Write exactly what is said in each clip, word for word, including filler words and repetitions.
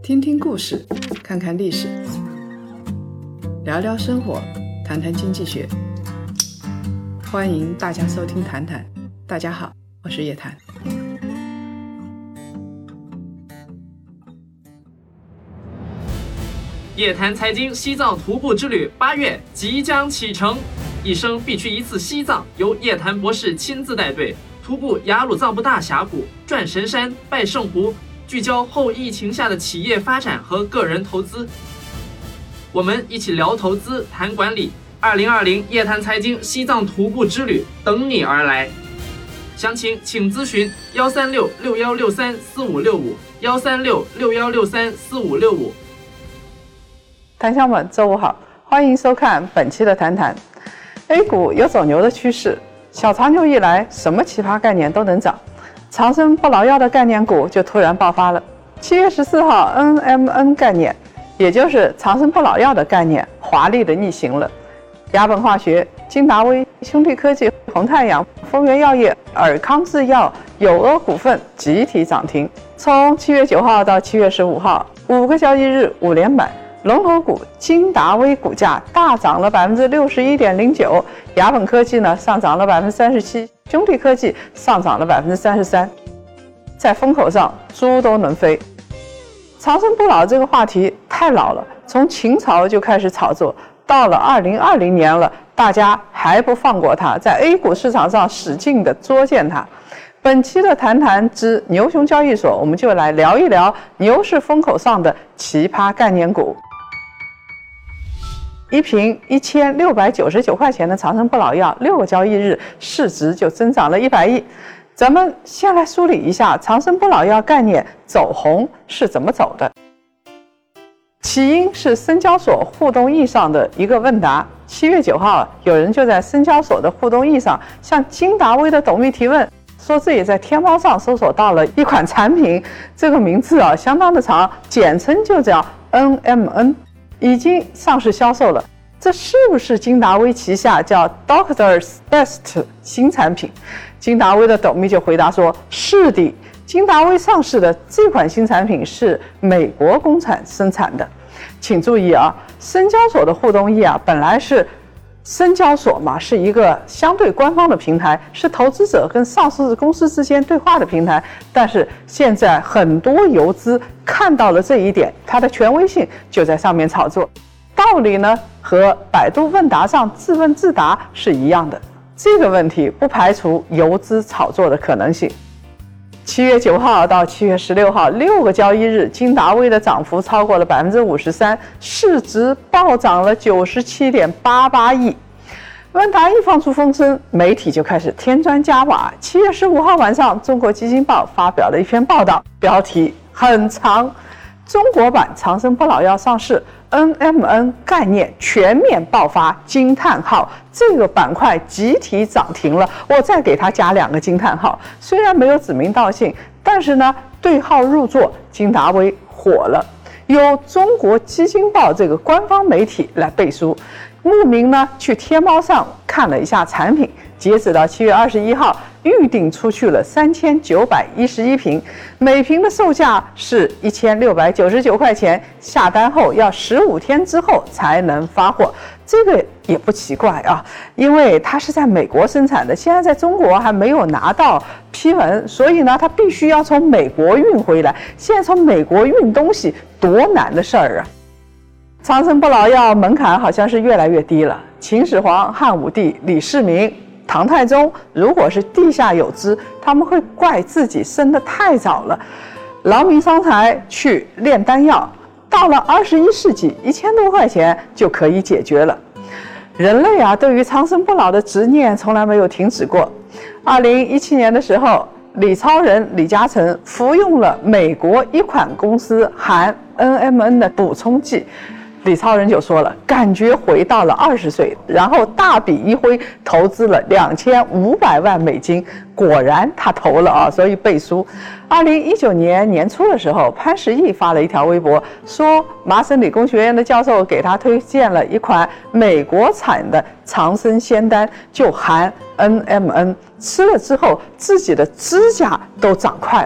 听听故事，看看历史，聊聊生活，谈谈经济学。欢迎大家收听谈谈。大家好，我是叶檀。 叶檀财经西藏徒步之旅八月即将启程，一生必去一次西藏，由叶檀博士亲自带队徒步雅鲁藏布大峡谷、转神山、拜圣湖，聚焦后疫情下的企业发展和个人投资。我们一起聊投资，谈管理。二零二零叶檀财经西藏徒步之旅等你而来。详情请咨询幺三六六幺六三四五六五幺三六六幺六三四五六五。 檀香们，周五好，欢迎收看本期的谈谈。A 股有走牛的趋势，小长牛一来，什么奇葩概念都能涨。长生不老药的概念股就突然爆发了。七月十四号 N M N 概念，也就是长生不老药的概念，华丽的逆行了。雅本化学、金达威、兄弟科技、宏太阳、丰源药业、尔康制药、友阿股份集体涨停。从七月九号到七月十五号，五个交易日五连板。龙头股金达威股价大涨了百分之六十一点零九，雅本科技呢上涨了百分之三十七，兄弟科技上涨了百分之三十三。在风口上，猪都能飞。长生不老这个话题太老了，从秦朝就开始炒作，到了二零二零年了，大家还不放过它，在 A 股市场上使劲的捉践它。本期的谈谈之牛熊交易所，我们就来聊一聊牛市风口上的奇葩概念股。一瓶一千六百九十九块钱的长生不老药，六个交易日市值就增长了一百亿。咱们先来梳理一下长生不老药概念走红是怎么走的。起因是深交所互动易上的一个问答。七月九号，有人就在深交所的互动易上向金达威的董秘提问，说自己在天猫上搜索到了一款产品，这个名字啊相当的长，简称就叫 N M N。已经上市销售了，这是不是金达威旗下叫 Doctor's Best 新产品？金达威的董秘就回答说，是的，金达威上市的这款新产品是美国工厂生产的。请注意啊，深交所的互动易啊，本来是深交所嘛，是一个相对官方的平台，是投资者跟上市公司之间对话的平台。但是现在很多游资看到了这一点，它的权威性就在上面炒作。道理呢，和百度问答上自问自答是一样的。这个问题不排除游资炒作的可能性。七月九号到七月十六号，六个交易日，金达威的涨幅超过了百分之五十三，市值暴涨了九十七点八八亿。问答一放出风声，媒体就开始添砖加瓦。七月十五号晚上，中国基金报发表了一篇报道，标题很长：中国版长生不老药上市 ，N M N 概念全面爆发！惊叹号！这个板块集体涨停了。我再给它加两个惊叹号。虽然没有指名道姓，但是呢，对号入座，金达威火了。由中国基金报这个官方媒体来背书。慕名呢去天猫上看了一下产品，截止到七月二十一号，预定出去了三千九百一十一瓶，每瓶的售价是一千六百九十九块钱，下单后要十五天之后才能发货。这个也不奇怪啊，因为它是在美国生产的，现在在中国还没有拿到批文，所以呢，它必须要从美国运回来。现在从美国运东西多难的事儿啊！长生不老药门槛好像是越来越低了。秦始皇、汉武帝、李世民、唐太宗，如果是地下有知，他们会怪自己生得太早了，劳民伤财去炼丹药。到了二十一世纪，一千多块钱就可以解决了。人类啊，对于长生不老的执念从来没有停止过。二零一七年的时候，李超人、李嘉诚服用了美国一款公司含 N M N 的补充剂。李超人就说了，感觉回到了二十岁，然后大笔一挥投资了两千五百万美金，果然他投了啊，所以背书。二零一九年年初的时候，潘石屹发了一条微博，说麻省理工学院的教授给他推荐了一款美国产的长生仙丹，就含 N M N， 吃了之后自己的指甲都长快了。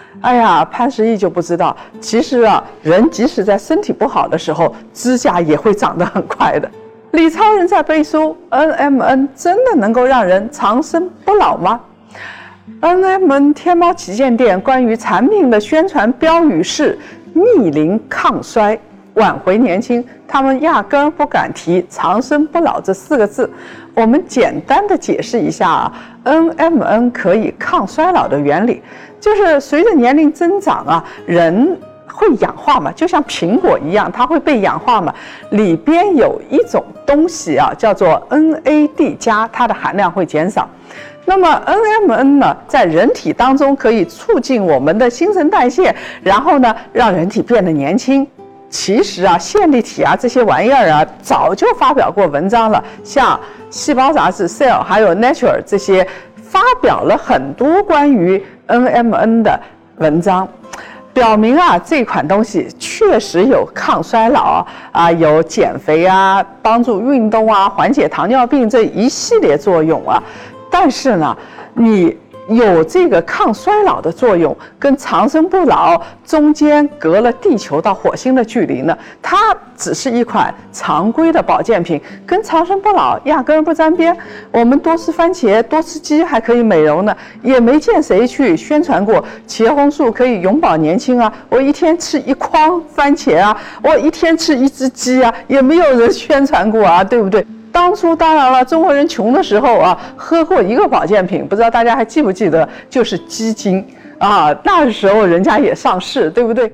哎呀，潘石屹就不知道，其实啊，人即使在身体不好的时候，指甲也会长得很快的。李超人在背书 N M N 真的能够让人长生不老吗？ N M N 天猫旗舰店关于产品的宣传标语是逆龄抗衰，挽回年轻，他们压根儿不敢提长生不老这四个字。我们简单的解释一下啊 ，N M N 可以抗衰老的原理，就是随着年龄增长啊，人会氧化嘛，就像苹果一样，它会被氧化嘛。里边有一种东西啊，叫做 N A D 加，它的含量会减少。那么 N M N 呢，在人体当中可以促进我们的新陈代谢，然后呢，让人体变得年轻。其实啊，线粒体啊这些玩意儿啊，早就发表过文章了，像《细胞杂志》Cell 还有 Nature 这些发表了很多关于 N M N 的文章，表明啊这款东西确实有抗衰老啊，有减肥啊，帮助运动啊，缓解糖尿病这一系列作用啊。但是呢，你有这个抗衰老的作用，跟长生不老中间隔了地球到火星的距离呢，它只是一款常规的保健品，跟长生不老压根儿不沾边。我们多吃番茄，多吃鸡还可以美容呢，也没见谁去宣传过茄红素可以永葆年轻啊！我一天吃一筐番茄啊，我一天吃一只鸡啊，也没有人宣传过啊，对不对？当初当然了，中国人穷的时候啊，喝过一个保健品，不知道大家还记不记得，就是鸡精啊。那时候人家也上市，对不对？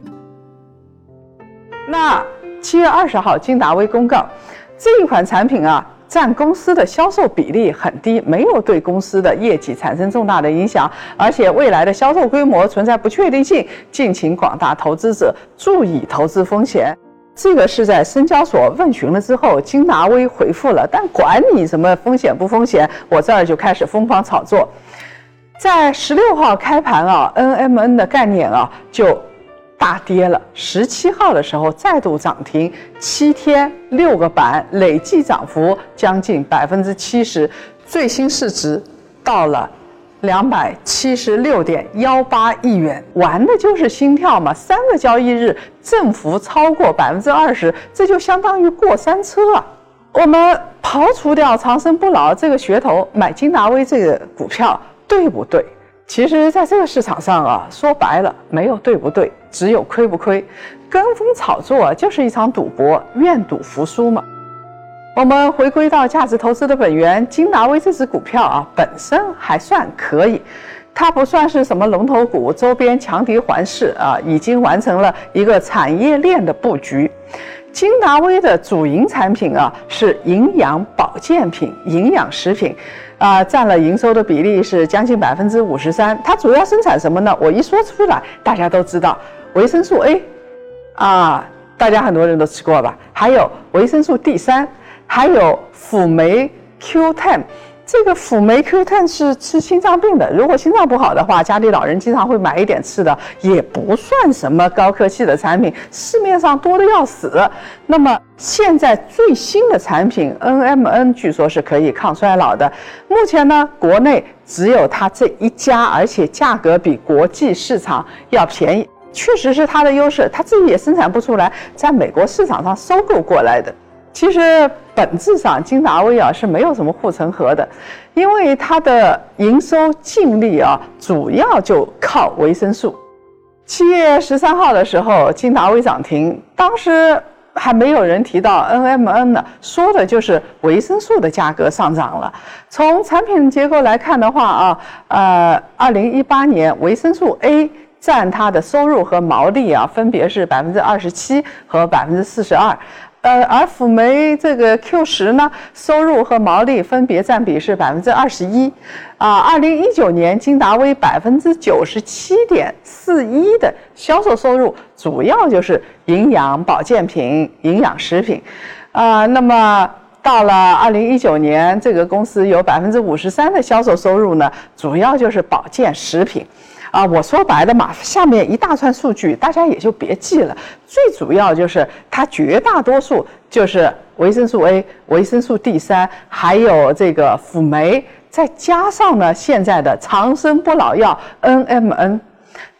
那七月二十号，金达威公告，这一款产品啊，占公司的销售比例很低，没有对公司的业绩产生重大的影响，而且未来的销售规模存在不确定性，敬请广大投资者注意投资风险。这个是在深交所问询了之后，金达威回复了，但管你什么风险不风险，我这儿就开始疯狂炒作。在十六号开盘啊 ，N M N 的概念啊就大跌了。十七号的时候再度涨停，七天六个板，累计涨幅将近百分之七十，最新市值到了两百七十六点一八亿元，玩的就是心跳嘛！三个交易日振幅超过百分之二十，这就相当于过山车啊！我们刨除掉长生不老这个噱头，买金达威这个股票对不对？其实，在这个市场上啊，说白了没有对不对，只有亏不亏。跟风炒作就是一场赌博，愿赌服输嘛。我们回归到价值投资的本源，金达威这只股票啊，本身还算可以，它不算是什么龙头股，周边强敌环视啊，已经完成了一个产业链的布局。金达威的主营产品啊是营养保健品、营养食品，啊、呃，占了营收的比例是将近百分之五十三。它主要生产什么呢？我一说出来，大家都知道，维生素 A， 啊，大家很多人都吃过吧？还有维生素 D 三。还有辅酶 Q 十， 这个辅酶 Q 十 是吃心脏病的，如果心脏不好的话，家里老人经常会买一点吃的，也不算什么高科技的产品，市面上多的要死。那么现在最新的产品 N M N 据说是可以抗衰老的，目前呢，国内只有它这一家，而且价格比国际市场要便宜，确实是它的优势，它自己也生产不出来，在美国市场上收购过来的。其实本质上，金达威啊是没有什么护城河的，因为它的营收净利啊主要就靠维生素。七月十三号的时候，金达威涨停，当时还没有人提到 N M N 呢，说的就是维生素的价格上涨了。从产品结构来看的话啊，呃，二零一八年维生素 A 占它的收入和毛利啊，分别是百分之二十七和百分之四十二。呃，而辅酶这个 Q 十 呢，收入和毛利分别占比是百分之二十一，啊，二零一九年金达威百分之九十七点四一的销售收入，主要就是营养保健品、营养食品，啊，那么到了二零一九年，这个公司有百分之五十三的销售收入呢，主要就是保健食品。啊，我说白了嘛，下面一大串数据，大家也就别记了。最主要就是它绝大多数就是维生素 A、维生素 D 三，还有这个辅酶，再加上呢现在的长生不老药 N M N。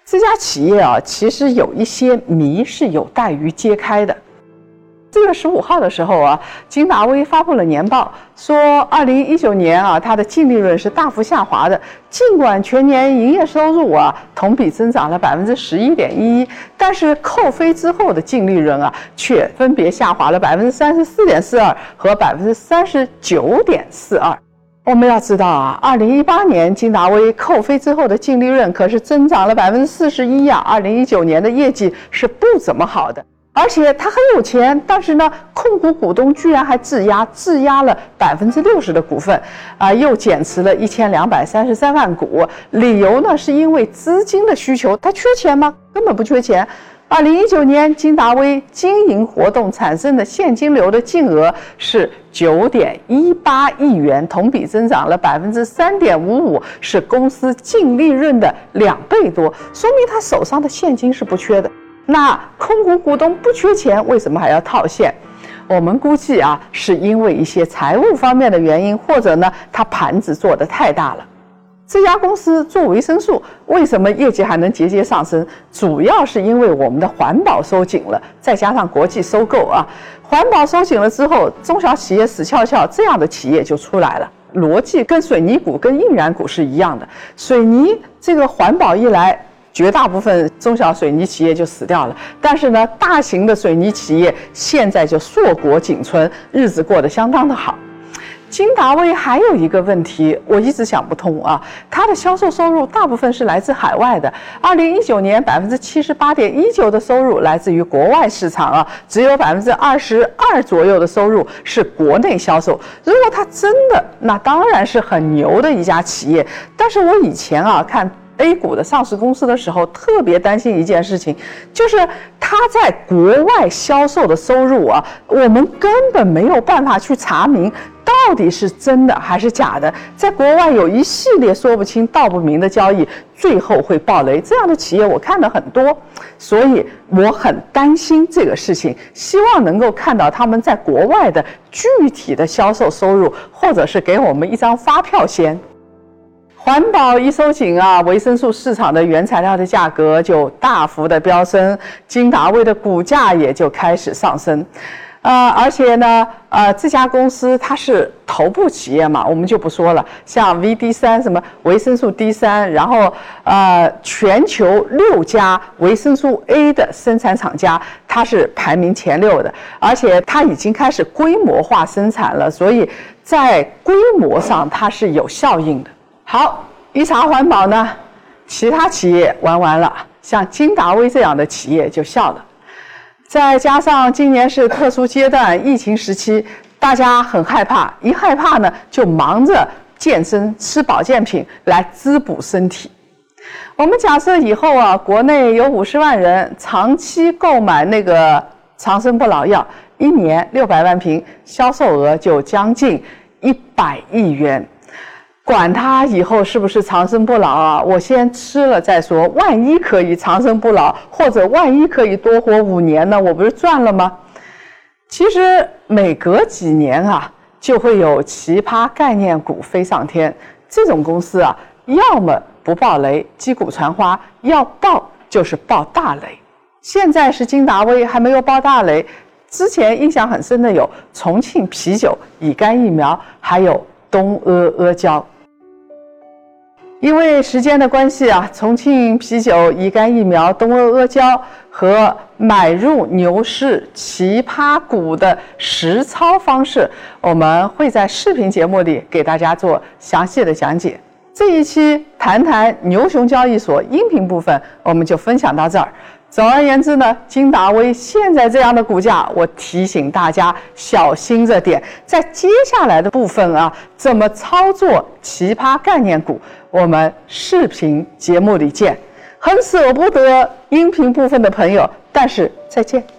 这家企业啊，其实有一些谜是有待于揭开的。四月十五号的时候啊，金达威发布了年报，说二零一九年啊，它的净利润是大幅下滑的。尽管全年营业收入啊同比增长了百分之十一点一一，但是扣非之后的净利润啊，却分别下滑了百分之三十四点四二和百分之三十九点四二。我们要知道啊，二零一八年金达威扣非之后的净利润可是增长了百分之四十一呀。二零一九年的业绩是不怎么好的。而且他很有钱，但是呢，控股股东居然还质押，质押了百分之六十的股份，啊、呃，又减持了一千两百三十三万股。理由呢，是因为资金的需求。他缺钱吗？根本不缺钱。二零一九年，金达威经营活动产生的现金流的净额是九点一八亿元，同比增长了百分之三点五五，是公司净利润的两倍多，说明他手上的现金是不缺的。那控股股东不缺钱，为什么还要套现？我们估计啊，是因为一些财务方面的原因，或者呢，它盘子做得太大了。这家公司做维生素，为什么业绩还能节节上升？主要是因为我们的环保收紧了，再加上国际收购啊，环保收紧了之后，中小企业死翘翘，这样的企业就出来了。逻辑跟水泥股、跟硬软股是一样的，水泥这个环保一来，绝大部分中小水泥企业就死掉了，但是呢，大型的水泥企业现在就硕果仅存，日子过得相当的好。金达威还有一个问题，我一直想不通啊，它的销售收入大部分是来自海外的。二零一九年百分之七十八点一九的收入来自于国外市场啊，只有百分之二十二左右的收入是国内销售。如果它真的，那当然是很牛的一家企业。但是我以前啊看A 股的上市公司的时候，特别担心一件事情，就是它在国外销售的收入啊，我们根本没有办法去查明到底是真的还是假的。在国外有一系列说不清道不明的交易，最后会爆雷。这样的企业我看了很多，所以我很担心这个事情，希望能够看到他们在国外的具体的销售收入，或者是给我们一张发票先。环保一收紧啊，维生素市场的原材料的价格就大幅的飙升，金达威的股价也就开始上升。呃，而且呢，呃，这家公司它是头部企业嘛，我们就不说了。像 V D 三 什么维生素 D 三，然后呃，全球六家维生素 A 的生产厂家，它是排名前六的，而且它已经开始规模化生产了，所以在规模上它是有效应的。好，一查环保呢，其他企业玩完了，像金达威这样的企业就笑了。再加上今年是特殊阶段，疫情时期，大家很害怕，一害怕呢，就忙着健身、吃保健品来滋补身体。我们假设以后啊，国内有五十万人长期购买那个长生不老药，一年六百万瓶，销售额就将近一百亿元。管他以后是不是长生不老啊，我先吃了再说。万一可以长生不老，或者万一可以多活五年呢，我不是赚了吗？其实每隔几年啊，就会有奇葩概念股飞上天。这种公司啊，要么不爆雷，击鼓传花；要爆就是爆大雷。现在是金达威还没有爆大雷，之前印象很深的有重庆啤酒、乙肝疫苗，还有东阿阿胶。因为时间的关系啊，重庆啤酒、乙肝疫苗、东阿阿胶和买入牛市奇葩股的实操方式，我们会在视频节目里给大家做详细的讲解。这一期谈谈牛熊交易所音频部分，我们就分享到这儿。总而言之呢，金达威现在这样的股价，我提醒大家小心着点。在接下来的部分啊，怎么操作奇葩概念股，我们视频节目里见。很舍不得音频部分的朋友，但是再见。